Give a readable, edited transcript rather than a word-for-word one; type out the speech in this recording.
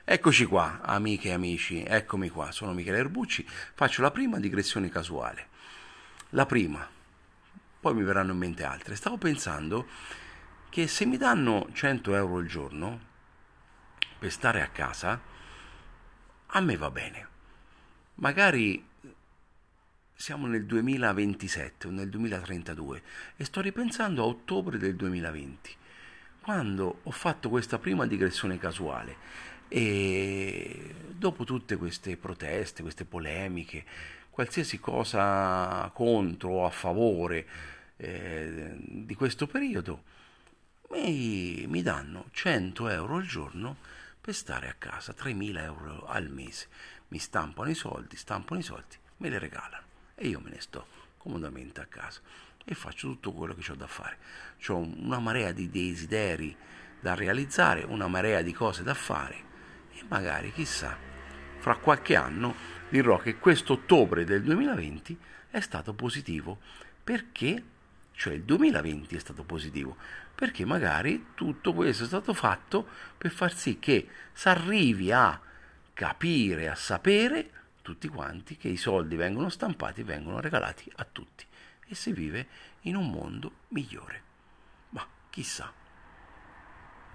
Eccoci qua, amiche e amici, eccomi qua, sono Michele Erbucci, faccio la prima digressione casuale. La prima, poi mi verranno in mente altre. Stavo pensando che se mi danno 100 euro al giorno per stare a casa, a me va bene. Magari siamo nel 2027 o nel 2032 e sto ripensando a ottobre del 2020, quando ho fatto questa prima digressione casuale e dopo tutte queste proteste, queste polemiche, qualsiasi cosa contro o a favore di questo periodo, mi danno 100 euro al giorno per stare a casa, 3.000 euro al mese. Mi stampano i soldi, me li regalano e io me ne sto comodamente a casa e faccio tutto quello che ho da fare. Ho una marea di desideri da realizzare, una marea di cose da fare e magari, chissà, fra qualche anno dirò che questo ottobre del 2020 è stato positivo perché, cioè il 2020 è stato positivo, perché magari tutto questo è stato fatto per far sì che si arrivi a capire, a sapere tutti quanti che i soldi vengono stampati e vengono regalati a tutti e si vive in un mondo migliore. Ma chissà.